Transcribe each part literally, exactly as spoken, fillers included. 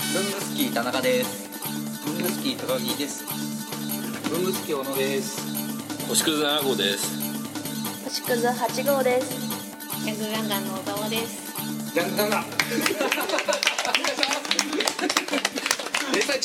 文具スキー田中です。文具スキー高木です。文具スキー小野です。 星屑なな号です。 星屑はち号です。 ヤングガンガンの小沢です。 ヤングガンガン連載中。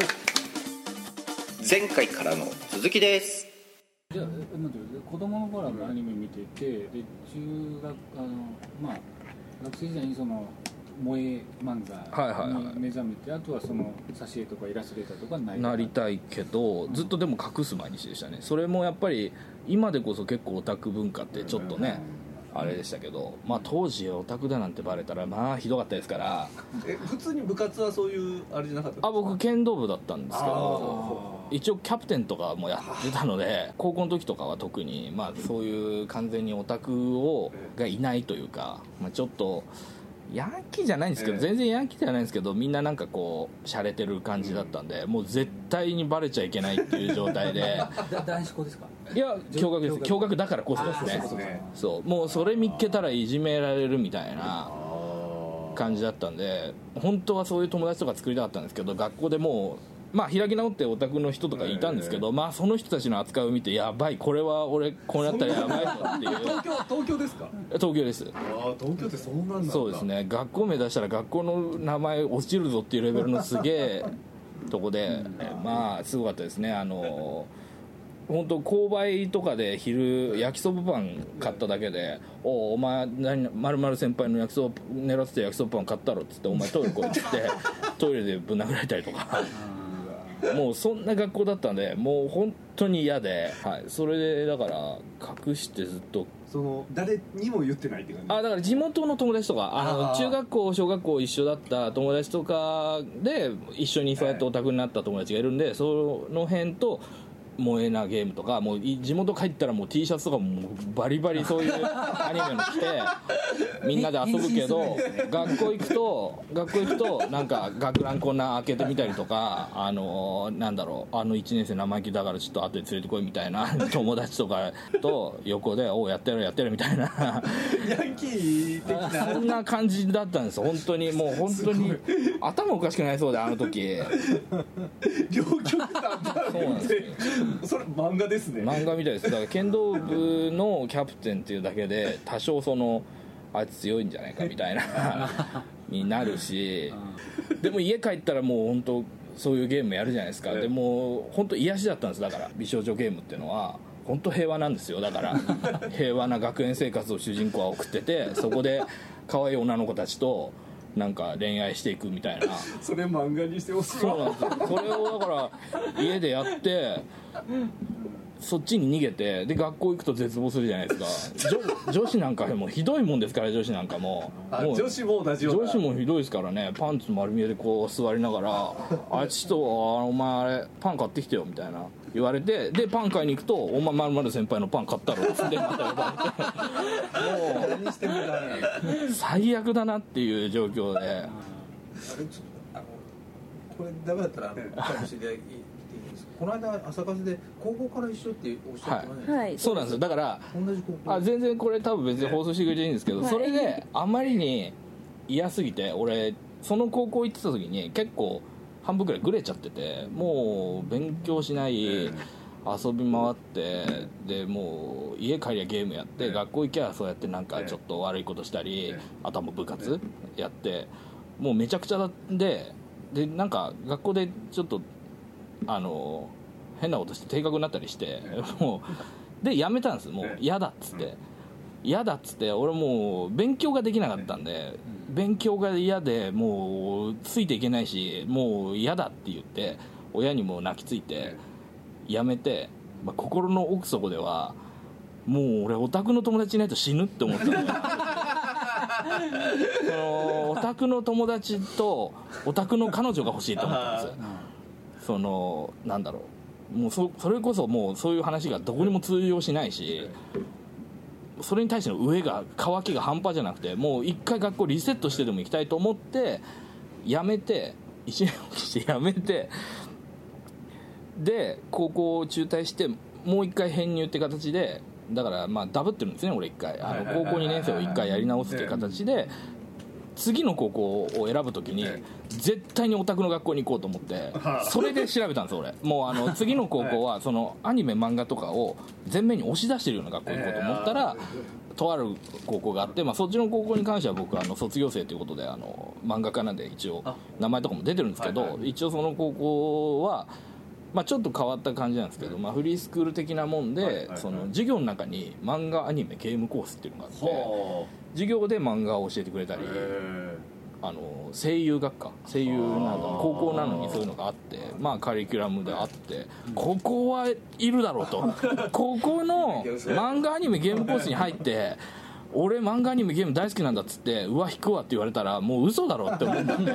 前回からの続きです。 じゃあなんていう子供の頃アニメ見てて、で中学あのまあ学生時代にその萌え漫画に目覚めて、はいはいはい、あとはその挿絵とかイラストレーターとかなりなりたいけど、ずっとでも隠す毎日でしたね。それもやっぱり今でこそ結構オタク文化ってちょっとね、あれでしたけど、まあ当時オタクだなんてバレたらまあひどかったですから。 え普通に部活はそういうあれじゃなかったんですか？ あ、僕剣道部だったんですけど、一応キャプテンとかもやってたので、高校の時とかは特にまあそういう完全にオタクをがいないというか、まあ、ちょっとヤンキーじゃないんですけど、全然ヤンキーじゃないんですけど、みんななんかこう洒落てる感じだったんで、もう絶対にバレちゃいけないっていう状態で男子校ですか？ いや共学です。共学だからこそですね。そう、もうそれ見っけたらいじめられるみたいな感じだったんで、本当はそういう友達とか作りたかったんですけど、学校でもうまあ開き直ってオタクの人とかいたんですけど、まあその人たちの扱いを見て、やばい、これは俺こうなったらやばいぞっていう東京東京ですか？ 東京です。 ああ、東京ってそんなんなんだ。 そうですね、学校名出したら学校の名前落ちるぞっていうレベルのすげえとこで、まあすごかったですね。あの本当購買とかで昼焼きそばパン買っただけで、おお前何〇〇先輩の焼きそば狙ってた焼きそばパン買ったろっつって、お前トイレ来いっつってトイレでぶん殴られたりとかもうそんな学校だったんで、もう本当に嫌で、はい、それでだから隠してずっと、 その誰にも言ってないって感じ。 あ、だから地元の友達とか、あの中学校小学校一緒だった友達とかで一緒にそうやってオタクになった友達がいるんで、その辺と萌えなゲームとか、もう地元帰ったらもう T シャツとかもバリバリそういうアニメの着てみんなで遊ぶけど、学校行くと学校行くとなんか学ランこんな開けてみたりとか、あのなんだろう、あのいちねん生生意気だからちょっと後で連れてこいみたいな友達とかと横でおうやってるやってるみたいなヤンキー的なそんな感じだったんですよ。本当にもう本当に頭おかしくなりそうで、あの時両極端だ。 そうなんですよ。 それ漫画ですね。 漫画みたいです。だから剣道部のキャプテンっていうだけで多少そのあいつ強いんじゃないかみたいなになるし、でも家帰ったらもう本当そういうゲームやるじゃないですか。でも本当癒しだったんです。だから美少女ゲームっていうのは本当平和なんですよ。だから平和な学園生活を主人公は送ってて、そこで可愛い女の子たちとなんか恋愛していくみたいな。 それ漫画にしてほしい。 そうなんですよ。それをだから家でやってそっちに逃げて、で学校行くと絶望するじゃないですか。 女, 女子なんかもうひどいもんですから。女子なんかももう女子も同じような。 女子もひどいですからね。パンツ丸見えでこう座りながらあいつとお前あれパン買ってきてよみたいな言われて、でパン買いに行くとお前まるまる先輩のパン買ったろっつってまた呼ばれてもう何してもらえない最悪だなっていう状況で、 あれちょっとあのこれダメだったらあの知り合いいいですか？この間朝風で高校から一緒っておっしゃってましたね。 はい、 そうなんですよ。だから同じ高校。 あ全然これ多分別に放送してくれていいんですけど、 はい、 それであまりに嫌すぎて、俺その高校行ってた時に結構半分くらいグレちゃってて、もう勉強しない、遊び回って、でもう家帰りゃゲームやって、学校行きゃそうやってなんかちょっと悪いことしたり、あとはもう部活やって、もうめちゃくちゃで、でなんか学校でちょっとあの変なことして低学になったりして、もうでやめたんです。もう嫌だっつって嫌だっつって俺もう勉強ができなかったんで、勉強が嫌でもうついていけないし、もう嫌だって言って親にも泣きついてやめて、まあ、心の奥底ではもう俺オタクの友達いないと死ぬって思ったんだよそのオタクの友達とオタクの彼女が欲しいと思ったんですよ。そのなんだろう、もう そ, それこそもうそういう話がどこにも通用しないし、それに対しての上が乾きが半端じゃなくて、もう一回学校リセットしてでも行きたいと思ってやめて、一年起きしてやめて、で高校を中退してもう一回編入って形で、だからまあダブってるんですね俺一回、あの高校にねん生を一回やり直すっていう形で次の高校を選ぶときに絶対にオタクの学校に行こうと思ってそれで調べたんです俺。もうあの次の高校はそのアニメ漫画とかを前面に押し出してるような学校に行こうと思ったらとある高校があって、まあ、そっちの高校に関しては僕はあの卒業生ということであの漫画家なんで一応名前とかも出てるんですけど、一応その高校はまあ、ちょっと変わった感じなんですけど、まあ、フリースクール的なもんでその授業の中に漫画アニメゲームコースっていうのがあって授業で漫画を教えてくれたりあの声優学科声優なんだ高校なのにそういうのがあってまあカリキュラムであってここはいるだろうとここの漫画アニメゲームコースに入って俺漫画アニメゲーム大好きなんだっつってうわ引くわって言われたらもう嘘だろって思ったんで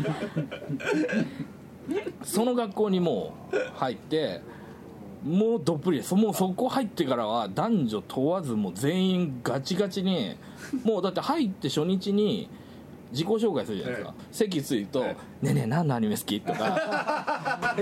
その学校にもう入ってもうどっぷりです。もうそこ入ってからは男女問わずもう全員ガチガチにもうだって入って初日に自己紹介するじゃないですか、ええ、席ついと、ええ、ねえねえ何のアニメ好きとか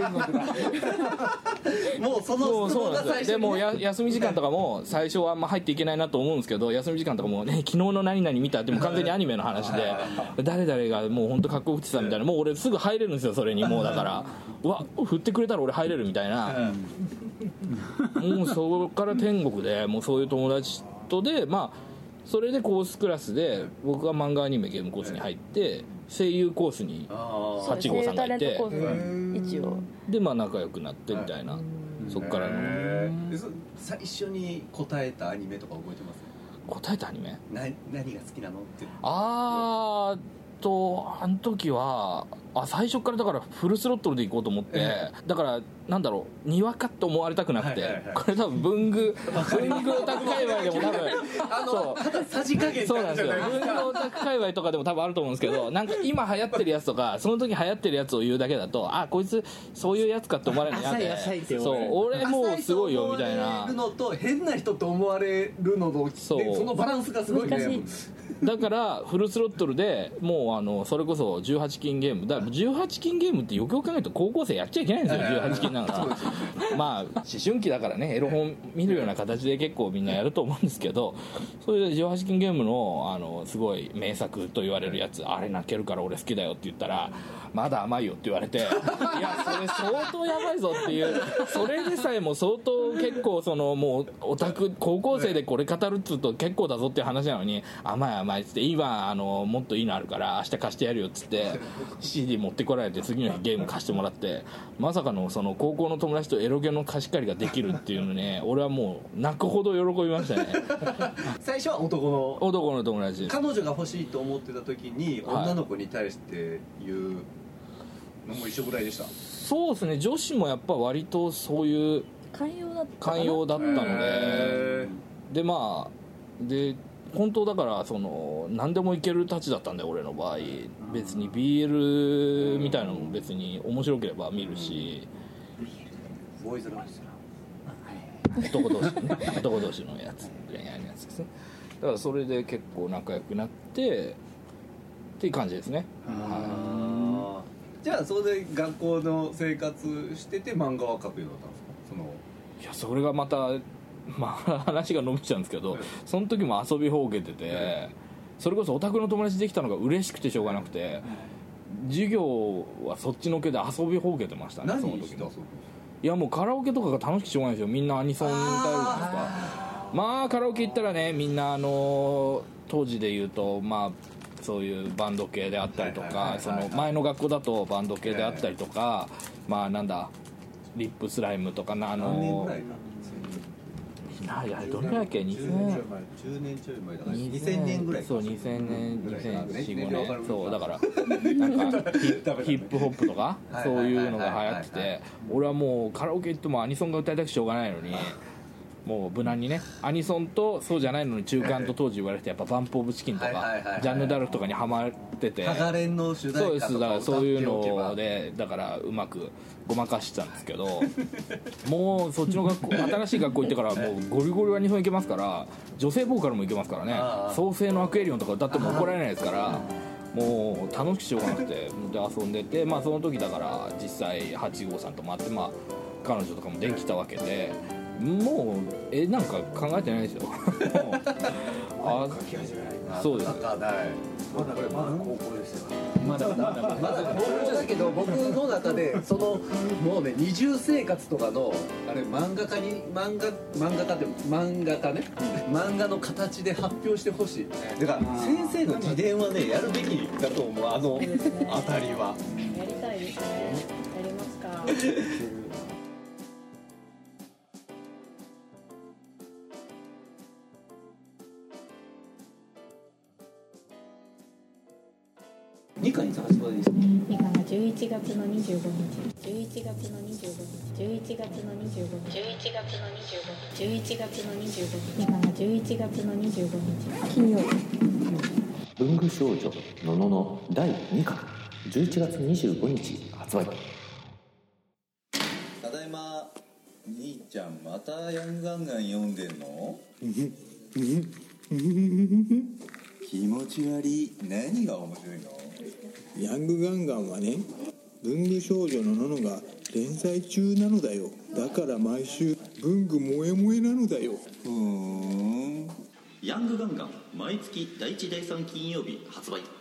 もうその質問が最初に、ね、 でもや休み時間とかも最初はあんま入っていけないなと思うんですけど休み時間とかも、ね、昨日の何々見たっても完全にアニメの話で誰々がもう本当かっこよくてたみたいなもう俺すぐ入れるんですよそれにもうだからうわ振ってくれたら俺入れるみたいなもうそこから天国でもうそういう友達とでまあそれでコースクラスで僕が漫画アニメゲームコースに入って声優コースにはち号さんがいて一応でまあ仲良くなってみたいなそっからの最初に答えたアニメとか覚えてます？ 答えたアニメな何が好きなのってあーとあの時はあ最初からだからフルスロットルで行こうと思って、えー、だからなんだろうにわかって思われたくなくて、はいはいはい、これ多分文具文具オタク界隈でも多分あのそうたださじ加減そうなんですよ文具オタク界隈とかでも多分あると思うんですけどなんか今流行ってるやつとかその時流行ってるやつを言うだけだとあこいつそういうやつかって思われるの嫌でそう俺もうすごいよみたいなるのと変な人と思われるのとそうそのバランスがすごいねだからフルスロットルでもうあのそれこそじゅうはち禁ゲームだからじゅうはち禁ゲームってよくよく考えると高校生やっちゃいけないんですよじゅうはち禁なんかまあ思春期だからねエロ本見るような形で結構みんなやると思うんですけどそれでじゅうはち禁ゲーム の, あのすごい名作と言われるやつあれ泣けるから俺好きだよって言ったらまだ甘いよって言われていやそれ相当やばいぞっていうそれでさえも相当結構そのもうオタク高校生でこれ語るっつうと結構だぞっていう話なのに甘い甘いっつって今あのもっといいのあるから明日貸してやるよっつって シーディー 持ってこられて次の日ゲーム貸してもらってまさかのその高校の友達とエロゲの貸し借りができるっていうのね俺はもう泣くほど喜びましたね最初は男の男の友達彼女が欲しいと思ってた時に女の子に対して言うのも一緒ぐらいでした、はい、 そうですね女子もやっぱ割とそういう寛容だった寛容だったのででまあで本当だからその何でもいけるたちだったんで俺の場合別に ビーエル みたいなのも別に面白ければ見るしボーイズラブです男同士ね男同士のやつ恋愛のやつですねだからそれで結構仲良くなってっていう感じですねあじゃあそれで学校の生活してて漫画は描くようになったんですかそのいやそれがまたまあ話が伸びちゃうんですけどその時も遊びほうけててそれこそオタクの友達できたのが嬉しくてしょうがなくて授業はそっちのけで遊びほうけてましたねその時もいやもうカラオケとかが楽しくてしょうがないですよみんなアニソン歌えるじゃないですかまあカラオケ行ったらねみんなあの当時で言うとまあそういうバンド系であったりとかその前の学校だとバンド系であったりとかまあなんだリップスライムとかなあのいやどれぐらいだっけにせんじゅうねんちょい前だからにせんねんぐらいそうにせんねんにせんよん、ごねんそうだからなんかヒップホップとかそういうのが流行ってて俺はもうカラオケ行ってもアニソンが歌いたくしょうがないのにもう無難にねアニソンとそうじゃないのに中間と当時言われてやっぱバンプオブチキンとかジャンヌ・ダルクとかにハマっててハガレンの主題歌とかそうですだからそういうのでだからうまくごまかしてたんですけどもうそっちの学校新しい学校行ってからもうゴリゴリはアニソンいけますから女性ボーカルもいけますからね創世のアクエリオンとか歌っても怒られないですからもう楽しくしようがなくてで遊んでてまあその時だから実際はち号さんとも会ってまあ彼女とかもできたわけでもうえなんか考えてないですよあそうですまだこれまだ高校ですよ。 まだまだまだまだ高校だけど僕の中でそのもうね二重生活とかのあれ漫画家に漫画漫画家で漫画家ね漫画の形で発表してほしい。 だから先生の自伝はねやるべきだと思う。あのそうですねあたりはやりたいですね。やりますか。 にかに探す場合です。 にかがじゅういちがつのにじゅうごにち、じゅういちがつのにじゅうごにち、じゅういちがつのにじゅうごにち、じゅういちがつのにじゅうごにち、じゅういちがつのにじゅうごにち、にかがじゅういちがつのにじゅうごにち、金曜日。 文具少女のののだいにかじゅういちがつにじゅうごにち発売。 ただいま。兄ちゃんまたヤングガンガン読んでんの？気持ち悪い。何が面白いの？ ヤングガンガンはね、文具少女のののが連載中なのだよ。だから毎週文具萌え萌えなのだよ。 ふーん。 ヤングガンガン毎月だいいちだいさん金曜日発売。